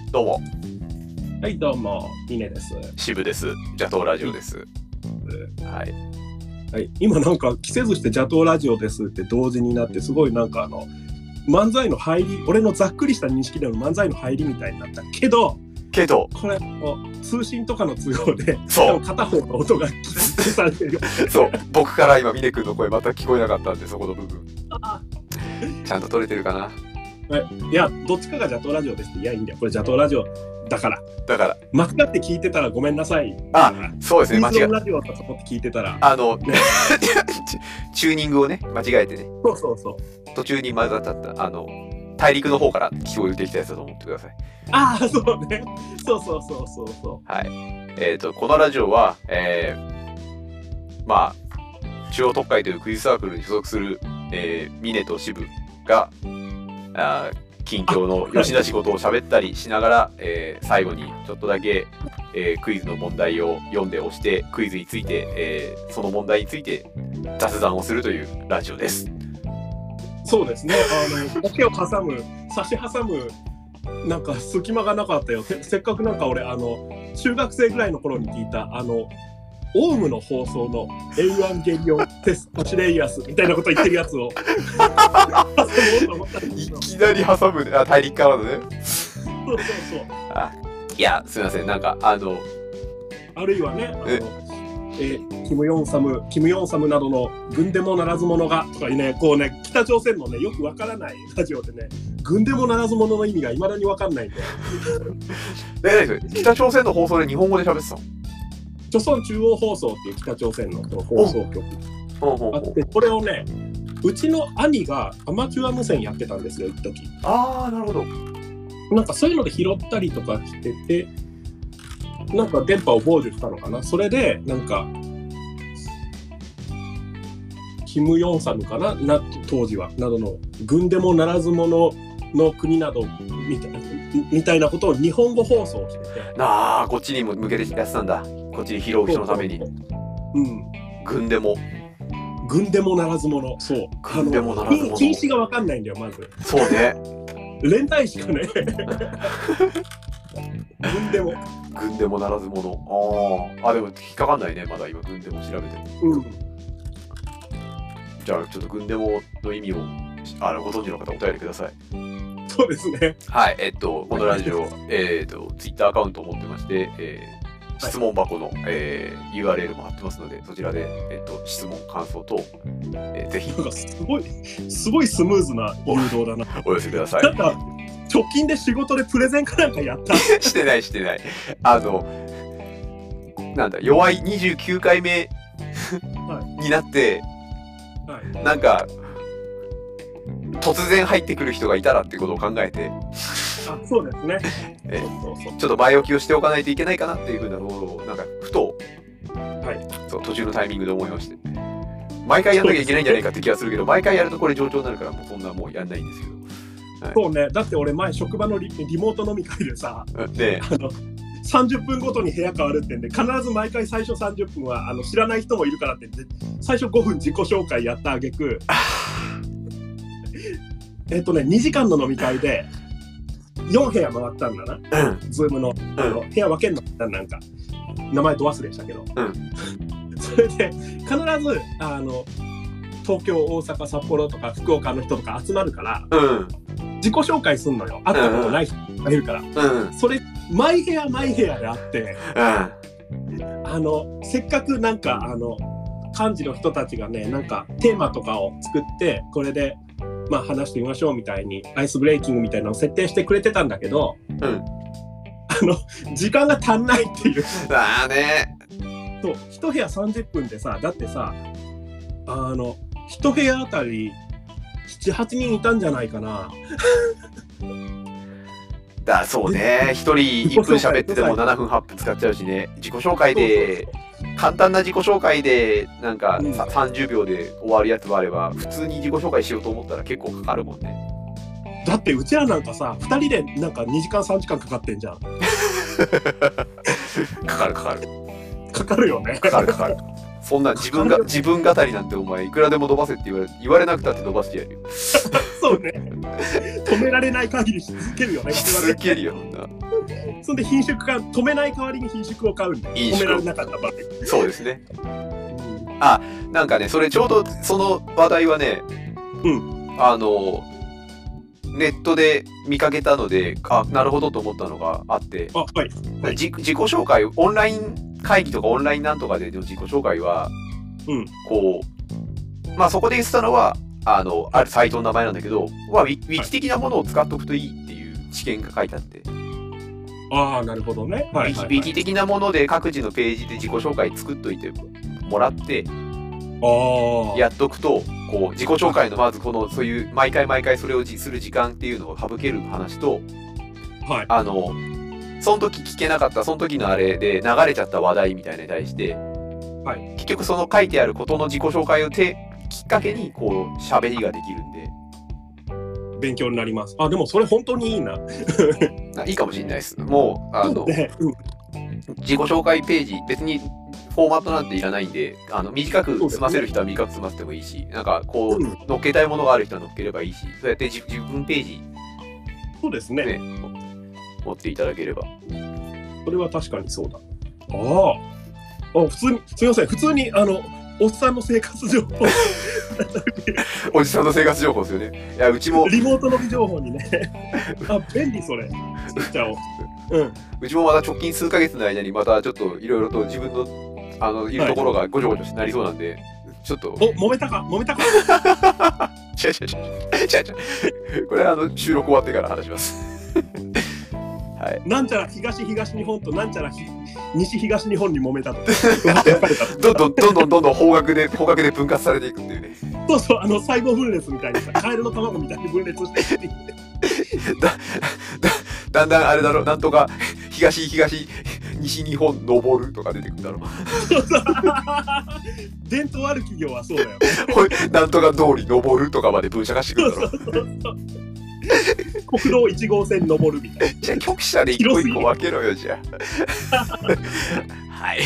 どうも、 はい、どうも、ミネです。 渋です。邪道ラジオです。はい。 はい、今なんか着せずして邪道ラジオですって同時になって、すごいなんか漫才の入り、俺のざっくりした認識での漫才の入りみたいになったけど、これ通信とかの都合で、 そう片方の音が消されてるよ。 そう、僕から今ミネ君の声全く聞こえなかったんで、そこの部分ちゃんと取れてるかな。 いや、どっちかが邪道ラジオですって、いやいいんだよ、これ邪道ラジオだから間違って聞いてたらごめんなさい。 そうですね、間違ってラジオとか思って聞いてたらね、チューニングをね間違えてね、 そう途中に混ざっちゃった大陸の方から聞こえてきたやつだと思ってください。 そうね、そうはい。このラジオはまあ中央特会というクイズサークルに所属するミネと渋が近況のよしな仕事を喋ったりしながら、最後にちょっとだけ、クイズの問題を読んで押してクイズについて、その問題について雑談をするというラジオです。 そうですね。ボケを差し挟むなんか隙間がなかったよ。せっかくなんか俺中学生ぐらいの頃に聞いたオウムの放送のエウアンゲリオンテストシレイアスみたいなこと言ってるやつをいきなり挟むね。大陸からのね。 そういや、すみません、なんかあるいはねキム・ヨンサムなどの軍でもならず者がとかね、こうね、北朝鮮のねよくわからないラジオでね、軍でもならず者の意味がいまだにわかんないんで北朝鮮の放送で日本語で喋ってたの？ 朝鮮中央放送っていう北朝鮮の放送局あって、これをね、うちの兄がアマチュア無線やってたんですよ、一時。 なるほど。 なんかそういうので拾ったりとかしてて、なんか電波を傍受したのかな。それでなんかキム・ヨンサムかな、当時はなどの軍でもならず者の国などみたいなことを日本語放送してて、 こっちにも向けてやってたんだ。こっちに拾う人のために。軍でもならず者。そう。 軍でもならず者。 禁止が分かんないんだよ、まず。 そうね。 連帯しかね。軍でもならず者。でも引っかかんないね、まだ今軍でも調べても。じゃあちょっと軍でもの意味をご存知の方お便りください。 そうですね。 はい、このラジオツイッターアカウントを持ってまして、質問箱の、URL も貼ってますので、そちらで、質問感想等、ぜひ。 なんかすごいスムーズな誘導だな。 お寄せください。 なんか直近で仕事でプレゼンかなんかやった？ してない。なんだ、弱い29回目になって、なんか突然入ってくる人がいたらっていうことを考えて、 そうですね。 ちょっと前置きをしておかないといけないかなっていうふうなところをなんかふと、そう途中のタイミングで思いまして、毎回やんなきゃいけないんじゃないかって気がするけど、毎回やるとこれ上長になるからそんなもうやんないんですけど。 そうね。だって俺前職場のリモート飲み会でさ、30分ごとに部屋変わるってんで、必ず毎回最初30分は知らない人もいるからって最初5分自己紹介やったあげく2時間の飲み会で4部屋回ったんだな、ズームの部屋分けんのなんか名前ど忘れしたけど、それで必ず東京、大阪、札幌とか福岡の人とか集まるから、自己紹介すんのよ。会ったことない人がいるから、それ毎部屋であって、せっかくなんか幹事の人たちがね、なんかテーマとかを作ってこれで話してみましょうみたいにアイスブレイキングみたいなのを設定してくれてたんだけど、時間が足んないっていう。そう、1部屋30分でさ、だってさ1部屋あたり 7,8 人いたんじゃないかな。 そうね、1人1分喋ってても7分8分使っちゃうしね。自己紹介で簡単な自己紹介でなんか30秒で終わるやつもあれば、普通に自己紹介しようと思ったら結構かかるもんね。 だってうちらなんかさ、2人でなんか2時間3時間かかってんじゃん。かかるよね。 かかる。そんな自分語りなんてお前いくらでも伸ばせって言われなくたって伸ばしてやるよ。 そそうね。止められない限りし続けるよね。 し続けるよな。 そんで品種止めない代わりに品種を買うんだよ。止められなかった場合。 そうですね。あ、なんかね、それちょうどその話題はね、ネットで見かけたので、あ、なるほどと思ったのがあって、 はい、 自己紹介、オンライン会議とかオンラインなんとかでの自己紹介は、こう、まあそこで言ってたのは、あるサイトの名前なんだけど、まあ、ウィキ的なものを使っておくといいっていう知見が書いてあって。 ああ、なるほどね。 ウィキ的なもので各自のページで自己紹介作っといてもらって、やっとくと、こう自己紹介のまずそういう毎回それをする時間っていうのを省ける話と、その時聞けなかった、その時のあれで流れちゃった話題みたいなのに対して、結局その書いてあることの自己紹介をきっかけにこう喋りができるんで勉強になります。あ、でもそれ本当にいいな。 いいかもしれないです。もう自己紹介ページ別にフォーマットなんていらないんで、短く済ませる人は短く済ませてもいいし、なんかこう乗っけたいものがある人は乗っければいいし、そうやって自分ページ、 そうですね、 持っていただければ。 それは確かにそうだ。普通にすみません、普通におっさんの生活情報おじさんの生活情報ですよね。いや、うちもリモートの情報にねあ、便利それ作っちゃおう。 うちもまた直近数ヶ月の間にまたちょっといろいろと自分のいるところがごちょごちょなりそうなんで、ちょっと揉めたか違うこれは収録終わってから話しますはい、 なんちゃら東日本となんちゃら西東日本に揉めたとどんどん方角で分割されていくんだよね。 そうそう、細胞分裂みたいにさ、カエルの卵みたいに分裂していってだんだんあれだろ、なんとか西日本登るとか出てくるんだろう伝統ある企業はそうだよねなんとか通り登るとかまで分社化してくるんだろう国道1号線登るみたいな。 じゃあ局舎で一個一個分けろよ、じゃあはい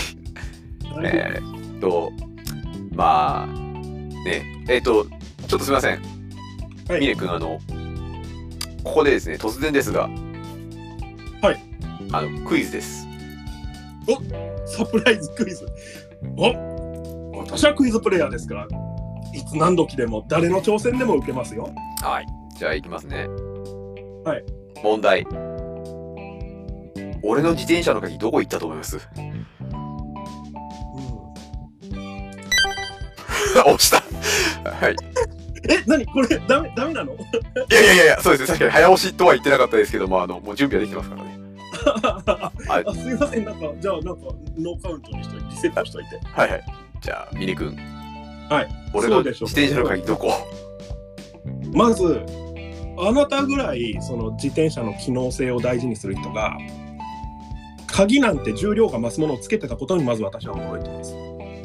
まあね、ちょっとすみません、峰君、ここでですね、突然ですが、クイズです。 サプライズクイズ。私はクイズプレイヤーですから、いつ何時でも誰の挑戦でも受けますよ。 はい、じゃあいきますね。 問題。俺の自転車の鍵どこ行ったと思います？押した。はい。 何これダメなの？ いや、そうですね。確かに早押しとは言ってなかったですけども、もう準備はできてますからね。 すみません、じゃあノーカウントにしといて、リセットしといて。 はい。じゃあミニ君。俺の自転車の鍵どこ？ まずあなたぐらいその自転車の機能性を大事にする人が、鍵なんて重量が増すものをつけてたことにまず私は驚いてます。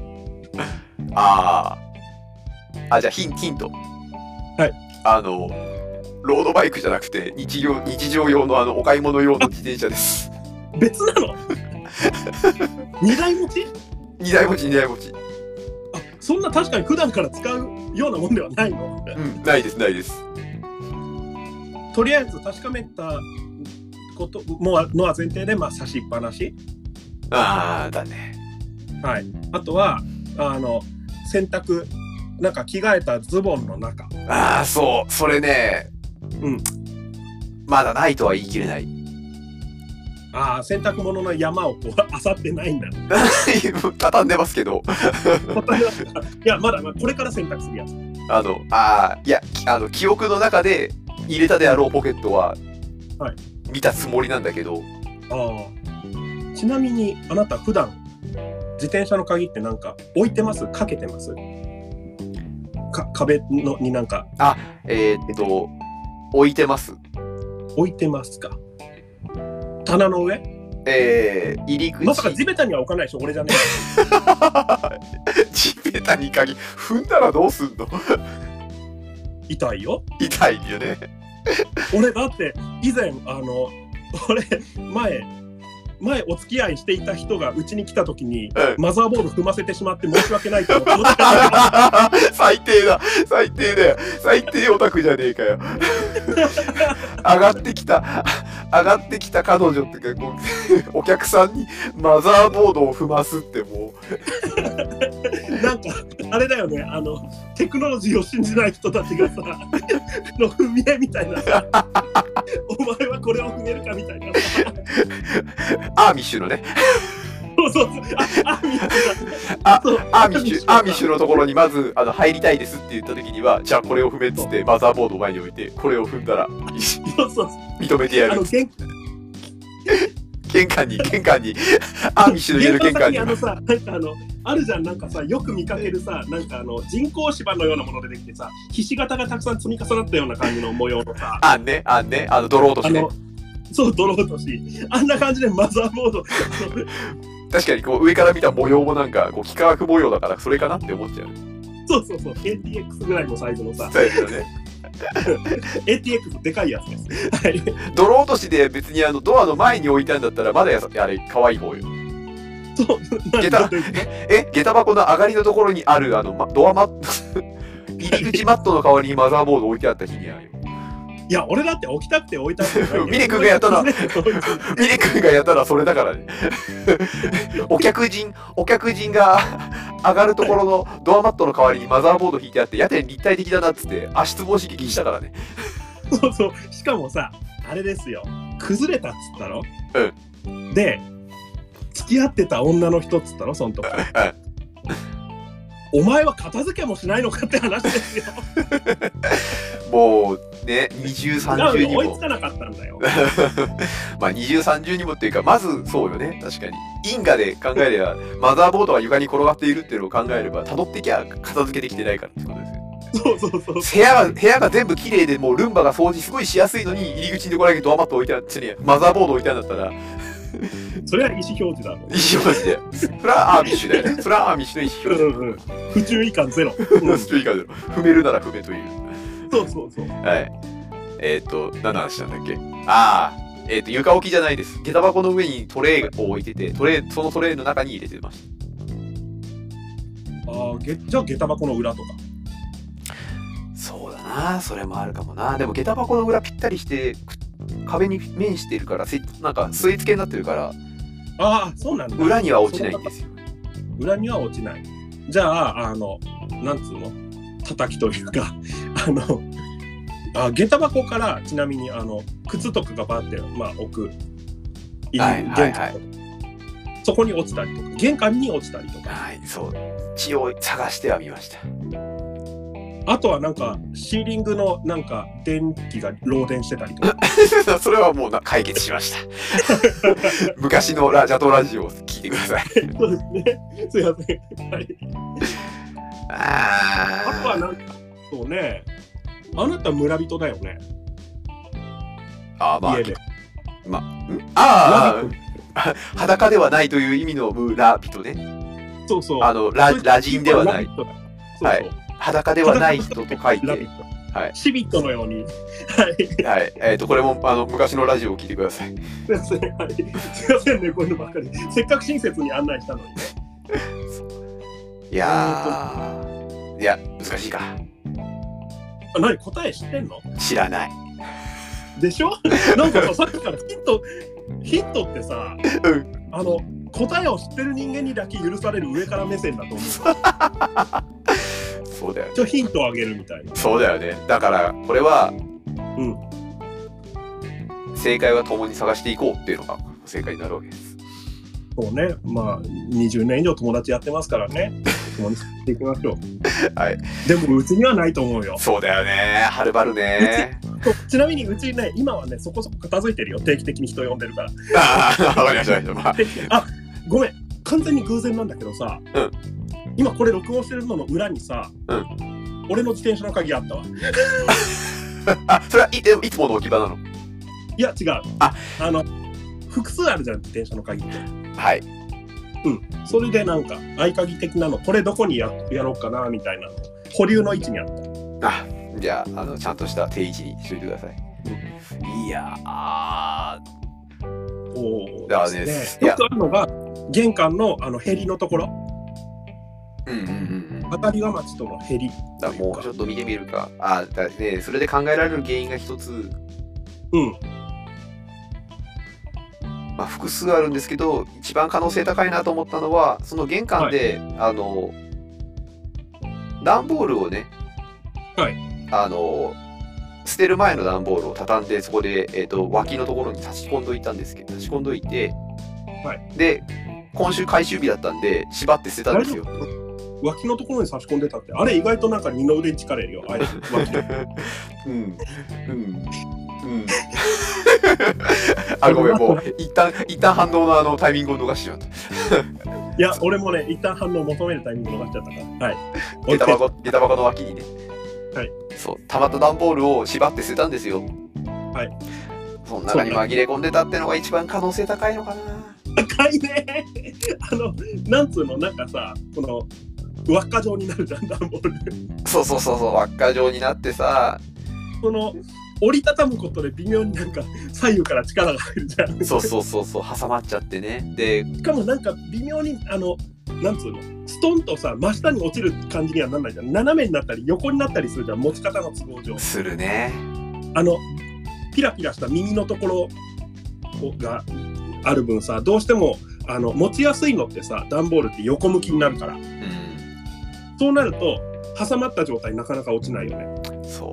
じゃあヒント。ロードバイクじゃなくて日常用のお買い物用の自転車です。 別なの？2台持ち？ 2台持ち。 そんな確かに普段から使うようなもんではないの？ ないです。 とりあえず確かめたことのは前提で、差しっぱなし。 だね。 あとは洗濯、なんか着替えたズボンの中。 それね。まだないとは言い切れない。 洗濯物の山をこう漁ってないんだ。 畳んでますけど。 いや、まだこれから洗濯するやつ。 いや、記憶の中で入れたであろうポケットは見たつもりなんだけど。 ちなみにあなた普段自転車の鍵ってなんか置いてます？かけてます？壁になんか。 置いてます。 置いてますか？棚の上？入り口。まさか地べたには置かないでしょ、俺じゃねえ。地べたに鍵踏んだらどうすんの？ 痛いよ。 痛いよね。 俺だって以前俺前前お付き合いしていた人がうちに来た時に、 うんマザーボード踏ませてしまって申し訳ないと思って最低だ最低だよ最低オタクじゃねえかよ上がってきた彼女ってかこうお客さんにマザーボードを踏ますってもなんかあれだよね、テクノロジーを信じない人たちがさの踏み絵みたいなさお前はこれを踏めるかみたいなさアーミッシュのねそうそうそうアーミッシュそうアーミッシュのところにまず入りたいですって言った時にはじゃあこれを踏めっつってマザーボードを前に置いてこれを踏んだらそうそう認めてやる玄関にアーミッシュの家の玄関にさなんかあるじゃん、なんかさよく見かけるさなんか人工芝のようなものでできてさひし形がたくさん積み重なったような感じの模様のさあんねドローとしてねそうドローとしあんな感じでマザーボード確かにこう上から見た模様もなんかこう幾何学模様だからそれかなって思っちゃうそう ATX ぐらいのサイズのさサイズだね ATX でかいやつですはいドローとしで別にドアの前に置いたんだったらまだあれ可愛い方よそう下駄箱の上がりのところにあるドアマット入り口マットの代わりにマザーボード置いてあった日にあるよいや俺だって置きたくて置いたくてミネ君がやったらそれだからねお客人が上がるところのドアマットの代わりにマザーボード引いてあってやけに立体的だなっつって足つぼを刺激したからねそうしかもさあれですよ崩れたっつったろで付き合ってた女の人っつったろその時お前は片付けもしないのかって話ですよもうね2030にも追いつかなかったんだよまあ2030にもっていうかまずそうよね確かに因果で考えればマザーボードが床に転がっているっていうのを考えれば辿ってきゃ片付けできてないからってことですよそう部屋が全部綺麗でもうルンバが掃除すごいしやすいのに入り口にこれだけドアマット置いてあってマザーボード置いてあるんだったらそれは意思表示だろ。 意思表示だよ。それはアーミッシュだよね。それはアーミッシュの意思表示。 不注意感ゼロ。 不注意感ゼロ。踏めるなら踏めという。 そう。 はい。何の話なんだっけ。床置きじゃないです。下駄箱の上にトレーを置いてて、そのトレーの中に入れてました。 じゃあ下駄箱の裏とか。 そうだな、それもあるかもな。でも下駄箱の裏ぴったりして壁に面しているからなんか据え付けになってるからそうなんだ。 裏には落ちないんですよ。 裏には落ちない。じゃあなんつうの叩きというか下駄箱からちなみに靴とかがバーって置くそこに落ちたりとか玄関に落ちたりとか。 はい、そう血を探してはみました。 あとはなんかシーリングのなんか電気が漏電してたりとかそれはもう解決しました昔のジャトラジオを聞いてくださいそうですねすいません、はい、あとはなんかそうねあなた村人だよね家で裸ではないという意味の村人ねそうラジンではないはい裸ではない人と書いて、 はい、シビットのように、 はい、これも昔のラジオを聞いてください。 すいません、はい、すいませんね、こういうのばっかり。せっかく親切に案内したのにね。 いや、難しいか。 何答え知ってんの？ 知らない。 でしょ？なんかさっきからヒントってさ、答えを知ってる人間にだけ許される上から目線だと思う。 そうだよね。 ヒントをあげるみたいな。 そうだよね。だからこれは、正解は共に探していこうっていうのが正解になるわけです。 そうね。20年以上友達やってますからね。共に探していきましょう。 はい。 でもうちにはないと思うよ。 そうだよね。はるばるね。 ちなみにうちね、今はね、そこそこ片付いてるよ。定期的に人呼んでるから。 わかりました。 ごめん。完全に偶然なんだけどさ。今これ録音してるのの裏にさ、俺の自転車の鍵あったわ。 それはいつもの置き場なの？ いや違う。複数あるじゃん自転車の鍵って。 はい。 それでなんか合鍵的なのこれどこにやろうかなみたいな保留の位置にあった。 じゃあちゃんとした定位置にしといてください。いやそうだね。 ですね。よくあるのが玄関のへりのところ。当たりが町とのへり。 だもうちょっと見てみるか。だね、それで考えられる原因が一つ。まあ複数あるんですけど、一番可能性高いなと思ったのは、その玄関で、段ボールをね、捨てる前の段ボールを畳んで、そこで、脇のところに差し込んどいたんですけど、差し込んどいて、で、今週回収日だったんで、縛って捨てたんですよ。 脇のところに差し込んでたって、あれ意外となんか二の腕に力入れるよ、あれ。 ごめん、もう一旦反応のタイミングを逃してしまった。 いや、俺もね、一旦反応を求めるタイミングを逃しちゃったから。はい。 下駄箱の脇にね。そう、溜まった段ボールを縛って捨てたんですよ。その中に紛れ込んでたってのが一番可能性高いのかな。 高いね。なんつうの、なんかさ、この輪っか状になるじゃん、段ボール。 そう、輪っか状になってさ、 その折りたたむことで微妙になんか左右から力が入るじゃん。 そう、挟まっちゃってね。で、 しかもなんか微妙になんつうの、ストンとさ、真下に落ちる感じにはなんないじゃん。斜めになったり横になったりするじゃん、持ち方の都合上。 するね。 ピラピラした耳のところがある分さ、どうしても持ちやすいのってさ、段ボールって横向きになるから、そうなると挟まった状態なかなか落ちないよね。そう、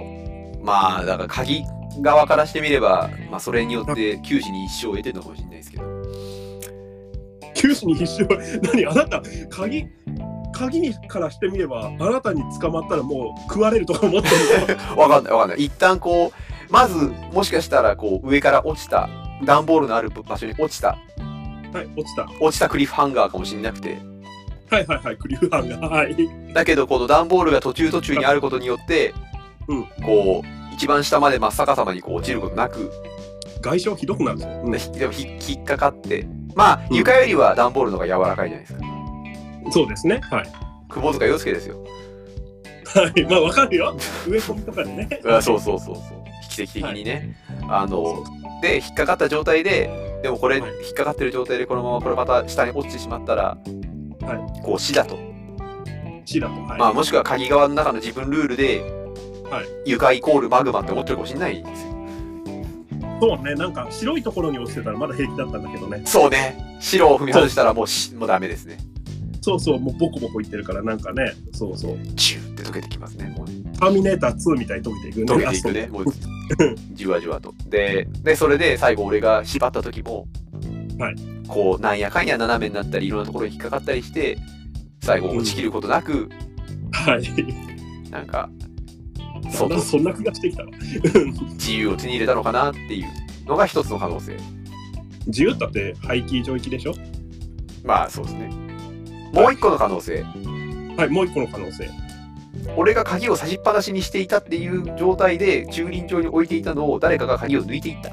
まあだから鍵側からしてみれば、まあ、それによって九死に一生を得てるのかもしれないですけど。 九死に一生何、あなた鍵にからしてみれば、あなたに捕まったらもう食われるとか思ってるのわかんない。一旦こう、まずもしかしたらこう上から落ちた、段ボールのある場所に落ちたクリフハンガーかもしれなくて、 クリフハンガー、 だけどこの段ボールが途中にあることによって、こう一番下まで真っ逆さまにこう落ちることなく、 外傷ひどくなるんですよ。 でも引っかかって、まあ床よりは段ボールの方が柔らかいじゃないですか。 そうですね。 久保塚洋介ですよ。 まあわかるよ。植え込みとかでね。 そう。奇跡的にね。で引っかかった状態で、でもこれ引っかかってる状態でこのままこれまた下に落ちてしまったら、こう死だと。まあもしくは鍵側の中の自分ルールで、床イコールマグマって思ってるかもしれないんですよ。 そうね、なんか白いところに落ちてたらまだ平気だったんだけどね。 そうね、白を踏み外したらもうダメですね。 そう、もうボコボコいってるから、なんかね、そう。 チューって溶けてきますね。 ターミネーター2みたいに溶けていくね。 溶けていくね。もうじわじわと。で、それで最後俺が縛った時も、こうなんやかんや斜めになったりいろんなところに引っかかったりして、最後落ちきることなく、なんかそんな気がしてきたわ。 自由を手に入れたのかなっていうのが一つの可能性。 自由だって排気上域でしょ。 まあそうですね。もう一個の可能性。 もう一個の可能性。 俺が鍵を差しっぱなしにしていたっていう状態で駐輪場に置いていたのを誰かが鍵を抜いていった。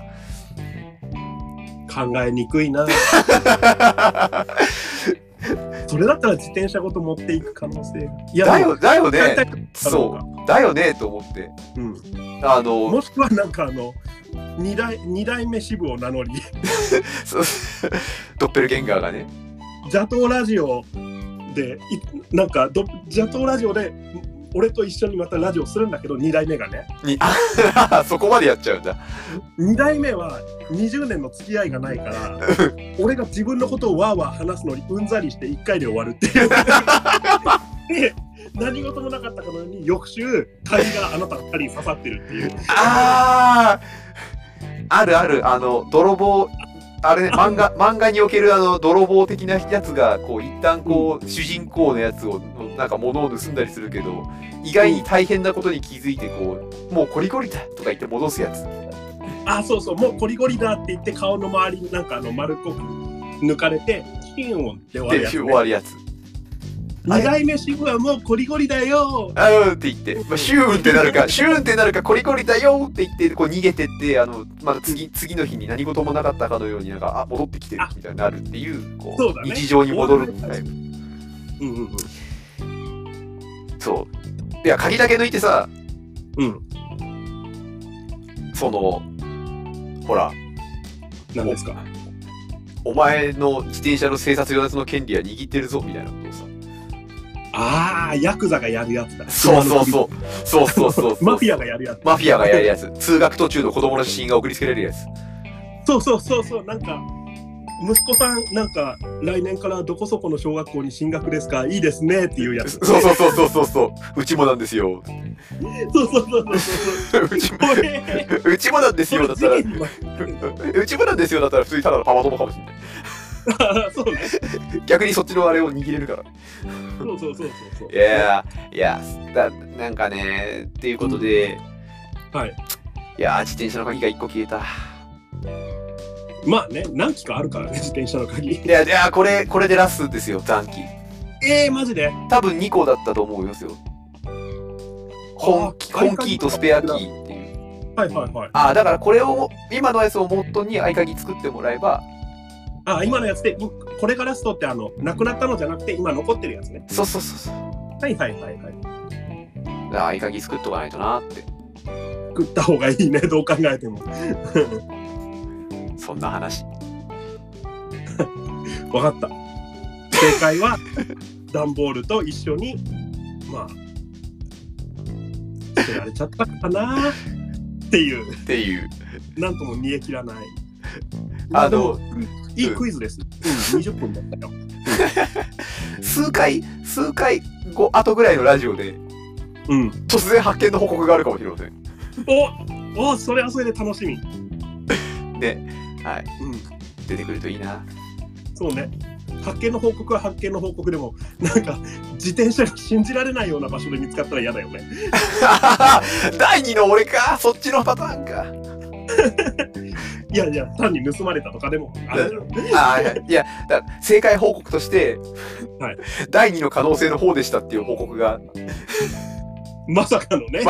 考えにくいな。それだったら自転車ごと持っていく可能性。いやだよね。そうだよねと思って。 もしくはなんか2代目支部を名乗りドッペルゲンガーがね、 邪道ラジオでなんか邪道ラジオで俺と一緒にまたラジオするんだけど、2代目がねそこまでやっちゃうんだ。 2代目は20年の付き合いがないから俺が自分のことをわーわー話すのにうんざりして1回で終わるっていうで、何事もなかったかのように翌週鍵があなたの針に刺さってるっていう。ある泥棒、あれね、漫画における泥棒的なやつがこう一旦こう、主人公のやつをなんか物を盗んだりするけど、意外に大変なことに気づいてこう、もうコリコリだとか言って戻すやつ。 そう、もうコリコリだって言って顔の周りになんか丸っこく抜かれてキーンって終わるやつ、2代目支部はもうコリコリだよって言って、シューンってなるかコリコリだよって言ってこう逃げてって、まだ次の日に何事もなかったかのようになんか戻ってきてるみたいになるっていう、こう日常に戻るタイプ。そう。いや鍵だけ抜いてさ、 何ですか。 お前の自転車の生殺与奪の権利は握ってるぞみたいなことをさ。 ああ、ヤクザがやるやつだ。 そうそうそうそうそうそうマフィアがやるやつ。 マフィアがやるやつ。通学途中の子供の写真が送りつけられるやつ。 そうそうそうそう、なんか息子さんなんか来年からどこそこの小学校に進学ですか、いいですねっていうやつ。 そうそうそうそうそうそう。うちもなんですよ。 そうそうそうそううちもうちもなんですよだったらうちもなんですよだったら普通にただのパワ友かもしれない。 そうね。 逆にそっちのあれを握れるから。 そうそうそうそう。 いやなんかねっていうことで、 はい。 いや自転車の鍵が1個消えた。 まあね、何機かあるからね、自転車の鍵。 いやこれでラスですよ、残機。 マジで多分2個だったと思うよ。本キーとスペアキーっていう。 はいはいはい。 だからこれを今のやつをモットーに合鍵作ってもらえば。 今のやつでこれがラストってなくなったのじゃなくて今残ってるやつね。 そうそうそうそう。 はいはいはいはい。 合鍵作っとかないとなって。 作った方がいいね、どう考えても。 そんな話。 わかった。正解は段ボールと一緒にまあ捨てられちゃったかなっていうなんとも煮え切らない。いいクイズです。20分だったよ。 数回後ぐらいのラジオで、突然発見の報告があるかもしれません。 おそれはそれで楽しみ。 ね、はい。出てくるといいな。そうね。 発見の報告は発見の報告でも、なんか自転車が信じられないような場所で見つかったら嫌だよね。 第2の俺か、そっちのパターンか。 いや単に盗まれたとかでもいやだ正解報告として、 はい、 第2の可能性の方でしたっていう報告がまさかのね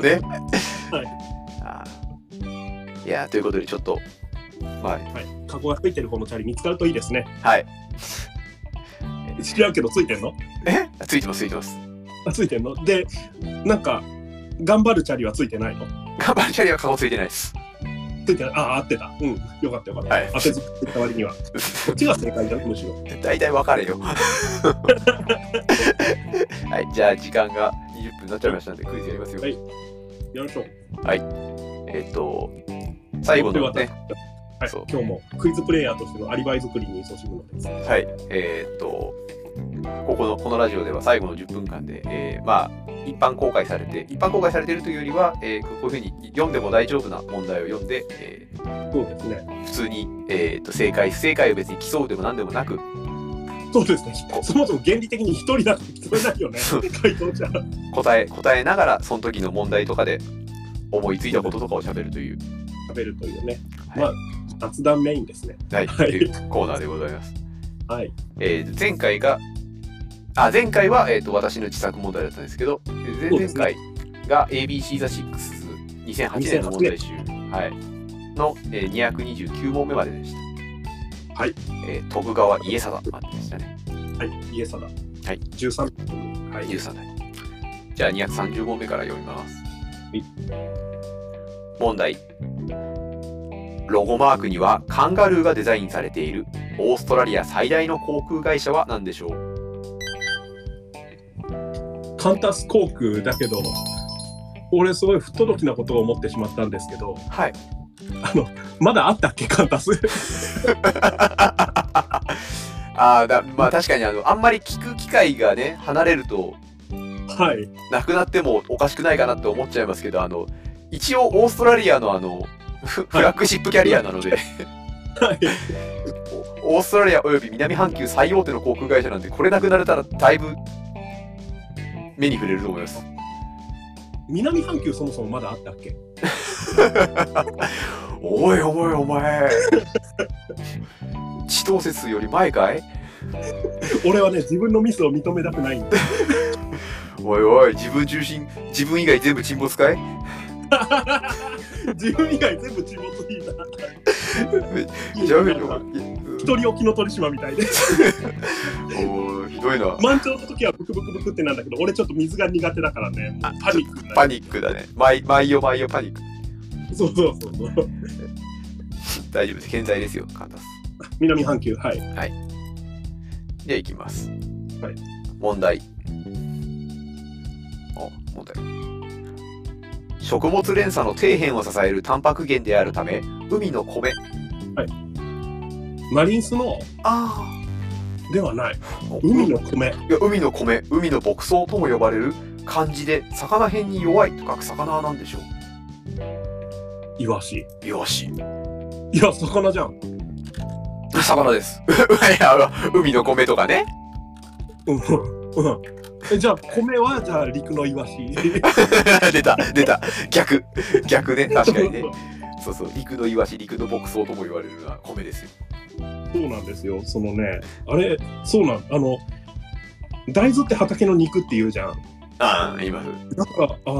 はい、いやということでちょっとカゴがついてるこのチャリ見つかるといいですね。 はい。 知らんけどついてんの？ ついてます。 ついてんの？でなんか頑張るチャリはついてないの？ 頑張るチャリはカゴついてないです。 ついてない。合ってた。よかった。当てずっと言った割にはこっちが正解だむしろ。 大体分かれよ。はい、じゃあ時間が20分になっちゃいましたのでクイズやりますよ。 はい。やりましょう。 はい。最後のね。 はい、今日もクイズプレイヤーとしてのアリバイ作りに勤しむのです。 はい。このラジオでは最後の10分間で、一般公開されているというよりは、こういうふうに読んでも大丈夫な問題を読んで、 そうですね。 普通に、正解不正解を別に競うでも何でもなく、 そうですね。そもそも原理的に一人だと聞こえないよね。回答者答えながらその時の問題とかで思いついたこととかを喋るというね。 はい、 雑談メインですね。 はい。というコーナーでございます。 はい。 前回は、私の自作問題だったんですけど、前々回が ABC The Six 2008年の問題集、の、229問目まででした。はい。徳川家定まででしたね。 はい。家定。はい。13分。はい。 13代。じゃあ230問目から読みます。問題。ロゴマークにはカンガルーがデザインされているオーストラリア最大の航空会社は何でしょう？ カンタス航空だけど、俺すごい不届きなことを思ってしまったんですけど、 はい。 まだあったっけカンタス？ 確かにあんまり聞く機会がね離れると、 はい。 なくなってもおかしくないかなって思っちゃいますけど、一応オーストラリアのフラッグシップキャリアなので、はい、オーストラリアおよび南半球最大手の航空会社なんで、これなくなれたらだいぶ目に触れると思います。 南半球そもそもまだあったっけ？ おいお前地動説より前かい？ 俺はね自分のミスを認めたくないんだ。 おい自分以外全部沈没かい？ 自分以外全部沈没いいな。一人置きの鳥島みたいで。 おひどいな。 満潮の時はブクブクブクってなんだけど、俺ちょっと水が苦手だからね、もうパニックだね。毎夜パニック。 そう。 大丈夫です。健在ですよ、カンタス。 南半球、はい。 はい。では行きます。 はい。 問題。問題。食物連鎖の底辺を支えるタンパク源であるため、海の米。 はい。マリンスノーではない。海の米。 いや、海の米、海の牧草とも呼ばれる漢字で、魚辺に弱いと書く魚は何でしょう？ イワシ。 イワシ。 いや、魚じゃん。 魚です。いや、海の米とかね。 うん。じゃあ米はじゃあ陸のイワシ。 出た。逆ね、確かにね。そう、陸のイワシ、陸の牧草とも言われるのは米ですよ。 そうなんですよ。そのね、あれ、そうなん、大豆って畑の肉って言うじゃん。 ああ、言います。 だから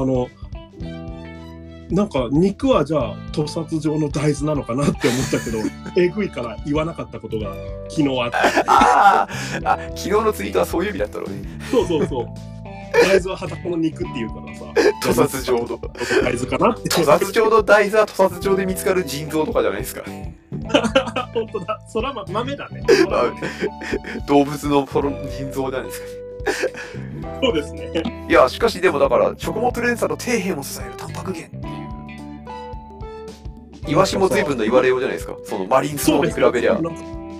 なんか肉はじゃあ屠殺場の大豆なのかなって思ったけど、えぐいから言わなかったことが昨日あって。 昨日のツイートはそういう意味だったのね。 そう。大豆は畑の肉っていうからさ。 屠殺場の大豆かなって。 屠殺場の大豆は屠殺場で見つかる腎臓とかじゃないですか。 本当だ。そら豆だね。 動物の腎臓じゃないですか。 そうですね。 いや、しかしでもだから食物連鎖の底辺を支えるタンパク源っていう。イワシも随分の言われようじゃないですか。そのマリンスノーに比べりゃ。 底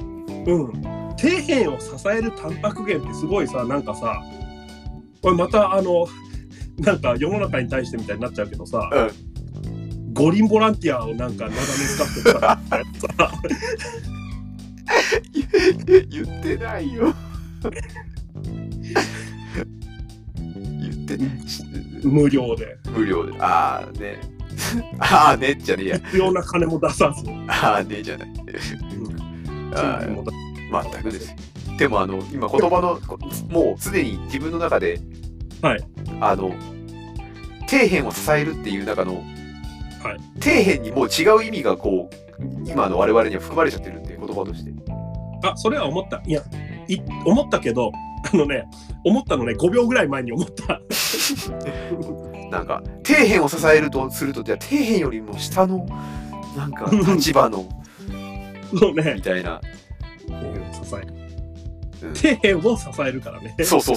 辺を支えるタンパク源ってすごいさ、なんかさ、これまたなんか世の中に対してみたいになっちゃうけどさ、五輪ボランティアをなんか長年使ってたやつさ。 言ってないよ。 無料で。 ああねじゃねえや。 必要な金も出さず。 ああねじゃない。全くですよ。でも今言葉のもうすでに自分の中で、 はい、 底辺を支えるっていう中の、 はい、 底辺にもう違う意味がこう今の我々には含まれちゃってるっていう言葉として。 それは思った。思ったけど、思ったのね、5秒ぐらい前に思った。 なんか底辺を支えるとすると、じゃあ底辺よりも下のなんか立場のそうね、 みたいな。 支える。底辺を支えるからね。 そう。もう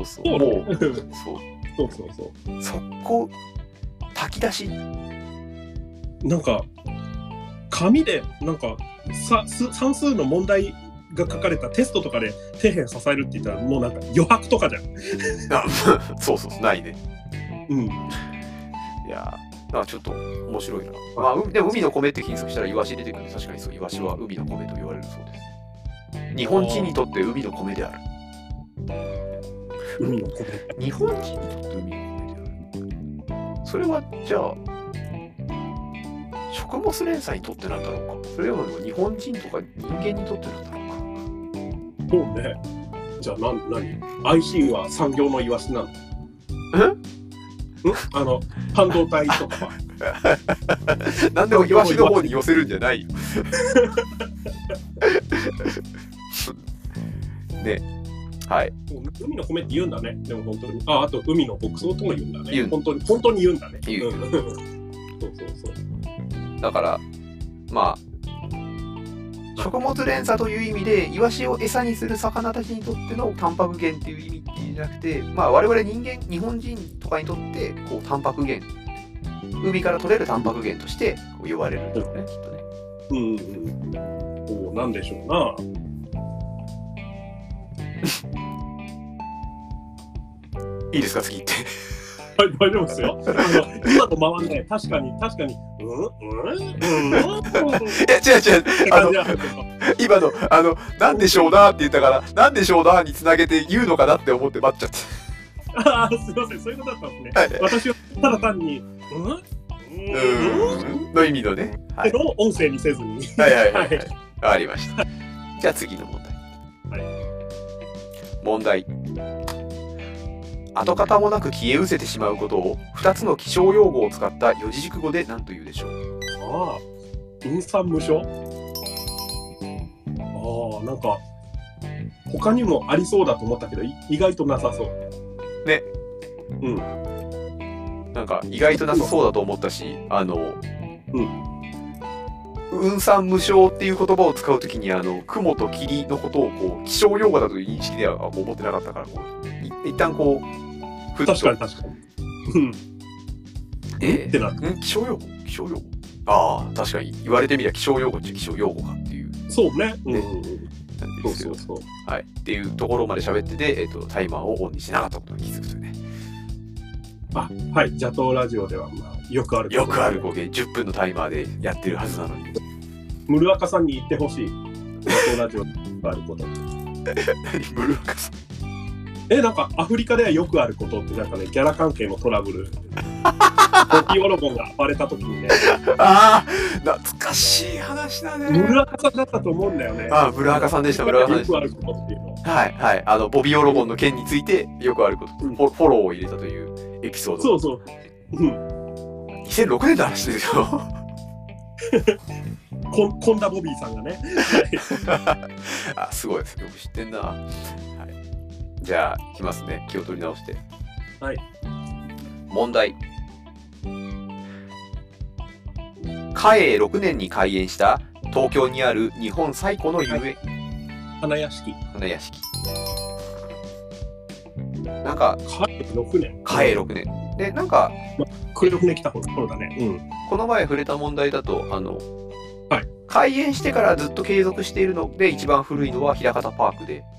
そこ炊き出し。 なんか紙でなんか算数の問題が書かれたテストとかで底辺支えるって言ったらもうなんか余白とかじゃん。 そうないね。いやなんかちょっと面白いな。でも海の米って検索したらイワシ出てくる。確かにそう、イワシは海の米と言われるそうです。日本人にとって海の米である。 海の米。 日本人にとって海の米である。それはじゃあ食物連鎖にとってなんだろうか。それよりも日本人とか人間にとってなんだろうか。 そうね。じゃあ何 IC は産業のイワシなの？半導体とかは。 なんでもイワシの方に寄せるんじゃないよ。ね、はい。 海の米って言うんだね。でも本当に。あと海の牧草とも言うんだね。本当に言うんだね。そう。 だから食物連鎖という意味でイワシを餌にする魚たちにとってのタンパク源っていう意味っていうんじゃなくて、我々日本人とかにとってこうタンパク源、海から取れるタンパク源としてこう言われるんだろうね、きっとね。 なんでしょうな。 いいですか、次行って。 はい、大丈夫ですよ。今のままね、確かに。 違う。今のなんでしょうなって言ったから、なんでしょうなにつなげて言うのかなって思って待っちゃった。 すいません、そういうことだったんですね。はい、私はただ単にの意味のね。 音声にせずに。 はい。わかりました。じゃあ次の問題。問題。跡形もなく消え失せてしまうことを2つの気象用語を使った四字熟語で何と言うでしょう？ 陰惨無償？なんか他にもありそうだと思ったけど意外となさそうね。なんか意外となさそうだと思ったし、 雲散無償っていう言葉を使うときに雲と霧のことをこう気象用語だという認識では思ってなかったから一旦こうふっと確かに。ってな気象用語ああ確かに言われてみりゃ気象用語っちゃ気象用語かっていう。 そうね。 なんですけどはいっていうところまで喋ってて、タイマーをオンにしなかったことに気づくというね。 はい、邪道ラジオでは、まあ、よくあるボケ10分のタイマーでやってるはずなのに。 ムルアカさんに言ってほしい。邪道ラジオであること。 ムルアカさん。 なんかアフリカではよくあることってなんかね、ギャラ関係のトラブル。ボキオロゴンが暴れた時にね。 ああ、懐かしい話だね。 ムルアカさんだったと思うんだよね。 ムルアカさんでした。ムルアカさんでした。 よくあることっていうの。 はい。ボビオロゴンの件についてよくあること、フォローを入れたというエピソード。 そう。 2006年の話ですよ。 コンダボビーさんがね。 すごいです。よく知ってんな。じゃあ、いきますね。気を取り直して。 はい。 問題。嘉永6年に開園した東京にある日本最古の遊園、 花屋敷。 なんか、 嘉永6年。 嘉永6年。で、なんか、 6年来た頃だね。 この前触れた問題だと、開園してからずっと継続しているので、一番古いのは枚方パークで。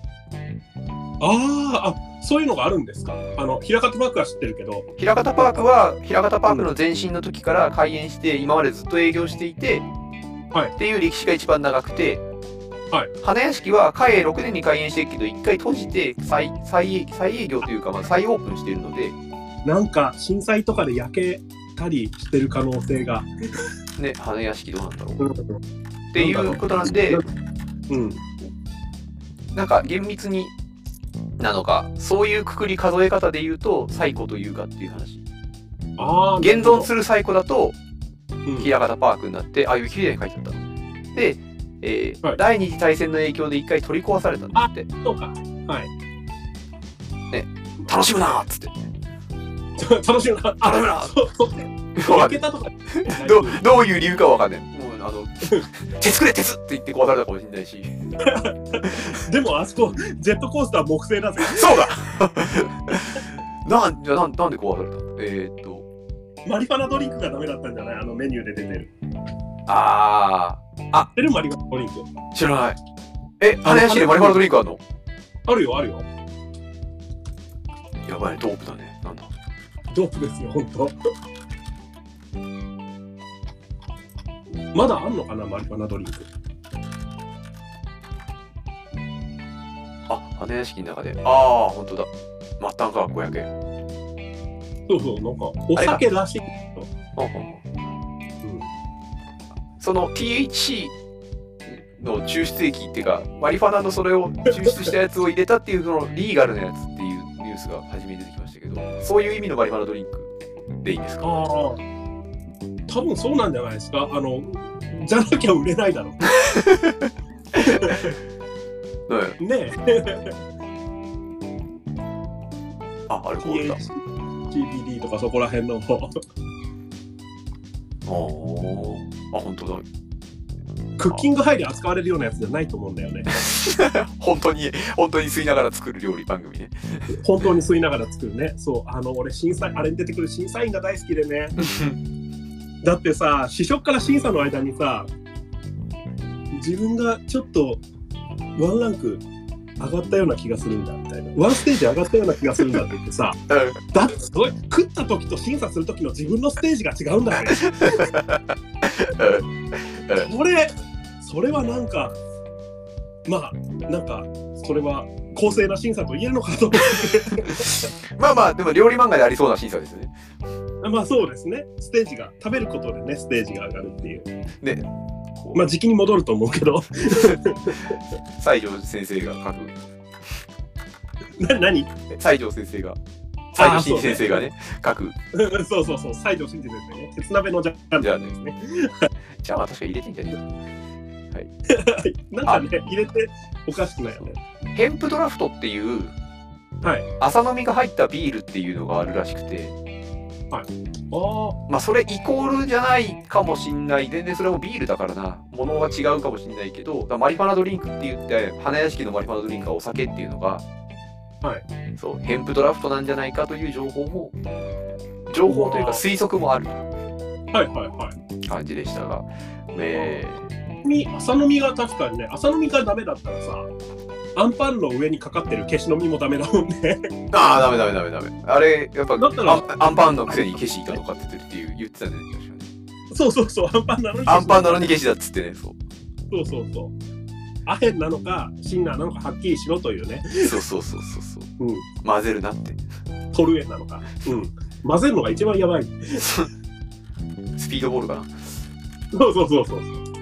そういうのがあるんですか。枚方パークは知ってるけど、 枚方パークは枚方パークの前身の時から開園して今までずっと営業していて、っていう歴史が一番長くて、花屋敷は嘉永6年に開園してるけど一回閉じて再営業というか、再オープンしているので、 なんか震災とかで焼けたりしてる可能性がね。花屋敷どうなんだろうっていうことなんで、なんか厳密になのか、そういうくくり数え方で言うと最古というかっていう話。現存する最古だと枚方パークになって、いう綺麗に書いてあった。で、第二次大戦の影響で一回取り壊されたんだって。 そうか。 ね、楽しむなーっつって。 楽しむな。焼けたとか。 どういう理由かわかんない。鉄くれ鉄って言って壊されたかもしれないし。 でもあそこジェットコースター木製だぜ。 そうだ。なんで壊された？ マリファナドリンクがダメだったんじゃない？メニューで出てる。知ってるマリファナドリンク？ 知らない。花屋敷でマリファナドリンクあるの？ あるよ。 やばい、ドープだね。なんだ。 ドープですよ、ほんと。まだあんのかな、マリファナドリンク。 花屋敷の中で。ほんとだ。末端価格500円。 そう、なんか、お酒らしい。 その THC の抽出液っていうか、マリファナのそれを抽出したやつを入れたっていう、そのリーガルなやつっていうニュースが初めに出てきましたけど、そういう意味のマリファナドリンクでいいんですか？ 多分そうなんじゃないですか。じゃなきゃ売れないだろう。ねえ。 アルコールだ。 CBD とかそこら辺の。 本当だ。 クッキングハイで扱われるようなやつじゃないと思うんだよね。 本当に吸いながら作る料理番組ね。 本当に吸いながら作るね。そう、俺あれに出てくる審査員が大好きでね。だってさ、試食から審査の間にさ、自分がちょっとワンランク上がったような気がするんだみたいな、ワンステージ上がったような気がするんだって言ってさ、だってすごい食った時と審査する時の自分のステージが違うんだね。それはなんかなんかそれは公正な審査と言えるのかと思って。 でも料理漫画でありそうな審査ですよね。 そうですね。ステージが食べることでね、ステージが上がるっていうね。 時期に戻ると思うけど。 西条先生が書く。 何？ 西条先生が。西条真二先生がね、書く。 そう、西条真二先生ね。鉄鍋のジャンルですね。 じゃあ、確か入れてんじゃねえか。はい。 なんかね、入れておかしくないよね。 ヘンプドラフトっていう、朝飲みが入ったビールっていうのがあるらしくて、 あまあそれイコールじゃないかもしんない。全然それもビールだからな。ものは違うかもしんないけど、だからマリファナドリンクって言って、花屋敷のマリファナドリンクはお酒っていうのが、 はい。 そう、ヘンプドラフトなんじゃないかという情報というか推測もあるはいはいはい。 感じでしたが、 朝飲みが確かにね、朝飲みがダメだったらさ、アンパンの上にかかってる消し飲みもダメだもんね。 ああ、ダメ。あれ、やっぱだったらアンパンのくせに消しいかとかって言ってたね。確かにそう、アンパンなのに。 アンパンなのに消しだっつってね、そう。 アヘンなのか、シンナーなのかはっきりしろというね。 そう。 うん。 混ぜるなって。 トルエンなのか。うん。混ぜるのが一番やばい。 スピードボールかな。 そう。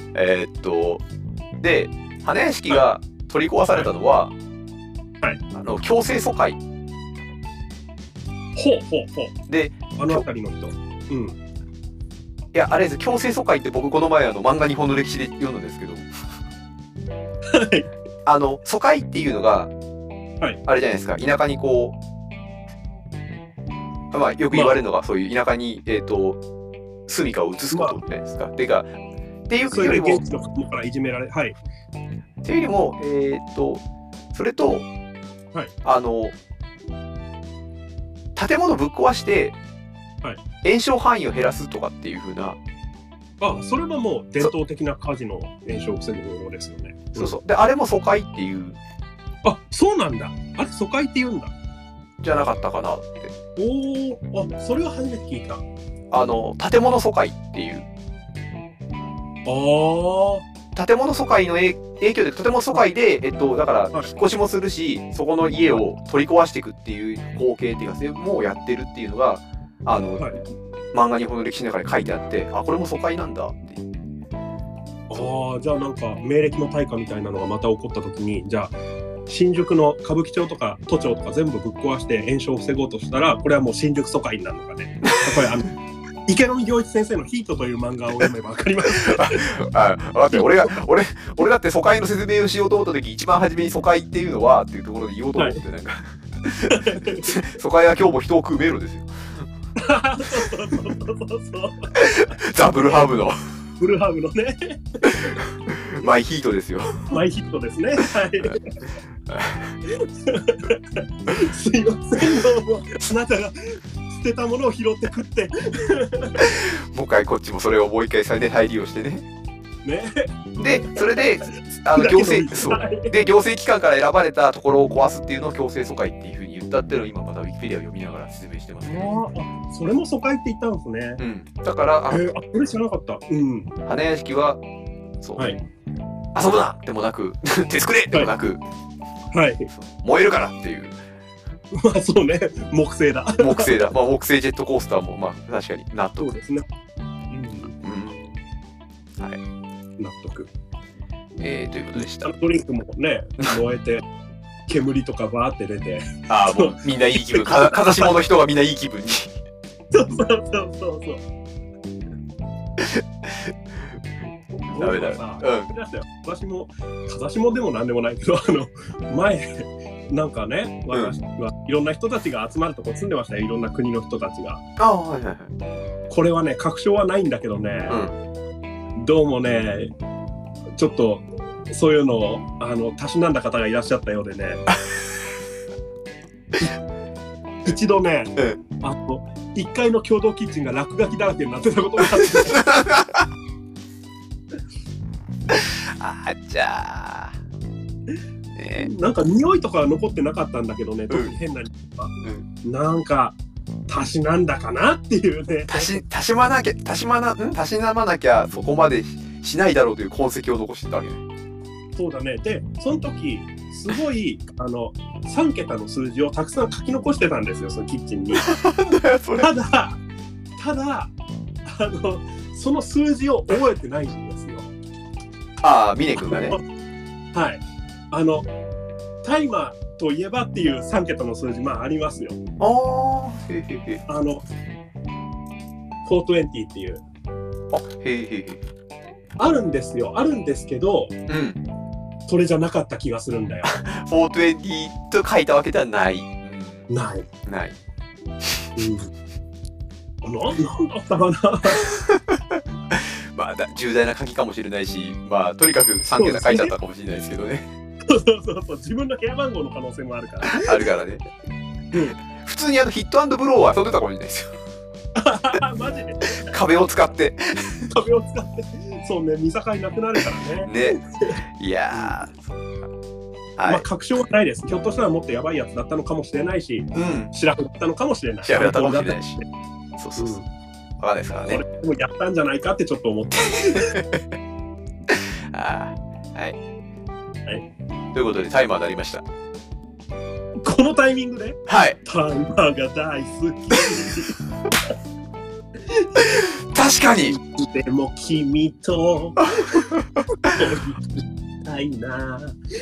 で、花屋敷が取り壊されたのは、 はい。 強制疎開。 ほう。 で、 あの辺りの人。うん。 いや、あれです、強制疎開って僕この前漫画日本の歴史で読んだんですけど、 はい。 疎開っていうのが、 はい、 あれじゃないですか、田舎にこう、まあ、よく言われるのが、そういう田舎に、住みかを移すことじゃないですか。っていうか、っていうよりも、 現地の子供からいじめられ、はい。 っていうよりも、それと、 はい、 建物ぶっ壊して、 はい、 延焼範囲を減らすとかっていう風な。 それはもう伝統的な火事の延焼を防ぐ方法ですよね。 そう。で、あれも疎開っていう。 そうなんだ。あれ、疎開って言うんだ。 じゃなかったかなって。 それは初めて聞いた。 建物疎開っていう。建物疎開の影響で、建物疎開で、だから、引っ越しもするし、そこの家を取り壊していくっていう光景っていうか、もうやってるっていうのが、漫画日本の歴史の中で書いてあって、これも疎開なんだって。 じゃあなんか、明暦の大火みたいなのがまた起こった時に、じゃあ、新宿の歌舞伎町とか都庁とか全部ぶっ壊して炎症を防ごうとしたら、これはもう新宿疎開になるのかね。これ池上良一先生のヒートという漫画を読めばわかります。 だって俺だって疎開の説明をしようと思った時、一番初めに疎開っていうのはっていうところで言おうと思って、なんか疎開は今日も人を食う迷路ですよ。 そうザ・ブルハムのねマイヒートですよ。 マイヒートですね。はい。すいません、どうもあなたが捨てたものを拾って食ってもう一回こっちもそれをもう一回再利用してね。で、それで行政機関から選ばれたところを壊すっていうのを強制疎開っていうふうに言ったっていうのを今またウィキペディアを読みながら説明してますね。 それも疎開って言ったんですね。 だからそれ知らなかった。 花屋敷はそう、 はい、 遊ぶなでもなく手作れでもなく、 はい、 燃えるからっていう。 そうね、木製だ。 木製ジェットコースターも確かに納得。 そうですね。 はい。 納得。 ということでした。 ドリンクもね、燃えて煙とかバーって出て。 もうみんないい気分。風下の人がみんないい気分に。 そう。 ダメだ。 私も風下でもなんでもないけど、前なんかね、私はいろんな人たちが集まるとこ住んでましたよ。いろんな国の人たちが。これはね、確証はないんだけどね、どうもね、ちょっとそういうのをたしなんだ方がいらっしゃったようでね。一度ね、1階の共同キッチンが落書きだらけになってたことがあって。 じゃあ、 なんか匂いとかは残ってなかったんだけどね、特に変な匂いは、なんかたしなんだかなっていうね。 たしなまなきゃそこまでしないだろうという痕跡を残してたわけね。 そうだね。で、その時すごい3桁の数字をたくさん書き残してたんですよ、そのキッチンに。ただその数字を覚えてないんですよ。 峰君がね。 はい。タイマーといえばっていう3桁の数字ありますよ。420っていう。あるんですけど、それじゃなかった気がするんだよ。 420と書いたわけではない。 ない。 なんだったかな。 まあ重大な鍵かもしれないし、まあとにかく3桁書いちゃったかもしれないですけどね。 そう自分の部屋番号の可能性もあるから。 あるからね。普通にヒット&ブローは遊んでたかもしれないですよ。 マジで壁を使って。 壁を使って。そうね、見境なくなるからね。 ね。いやー、 まあ確証はないです。ひょっとしたらもっとやばいやつだったのかもしれないし、シラフだったのかもしれない。 シラフだったかもしれないし。そうそうそう。わかんないですからね。 俺もやったんじゃないかってちょっと思って。 はい。ということでタイマーになりました。 このタイミングで？ はい。 タイマーが大好き。 確かに。 でも君とたいな。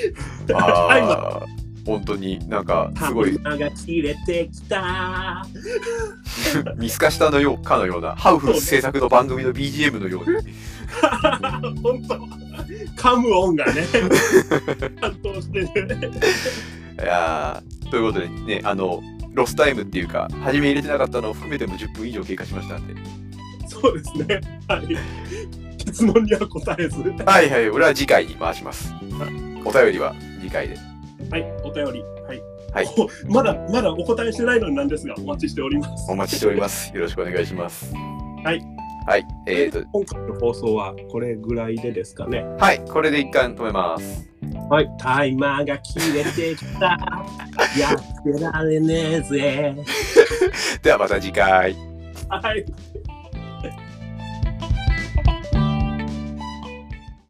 本当になんかすごい。 タイマーが切れてきた。 見透かしたのようかのようなハウフ制作の番組の BGM のように。 本当。カムオンがね担当してる。 いやということでね、ロスタイムっていうか初め入れてなかったのを含めても10分以上経過しましたんで。 そうですね。はい。質問には答えず。 はいはい、俺は次回に回します。お便りは次回で。 はい、お便り。はい。 はい、 まだお答えしてないのになんですが、お待ちしております。 お待ちしております。よろしくお願いします。 はい。 はい。 今回の放送はこれぐらいでですかね。 はい、これで一旦止めます。 はい、タイマーが切れてきた。やってられねえぜ。 ではまた次回。 はい。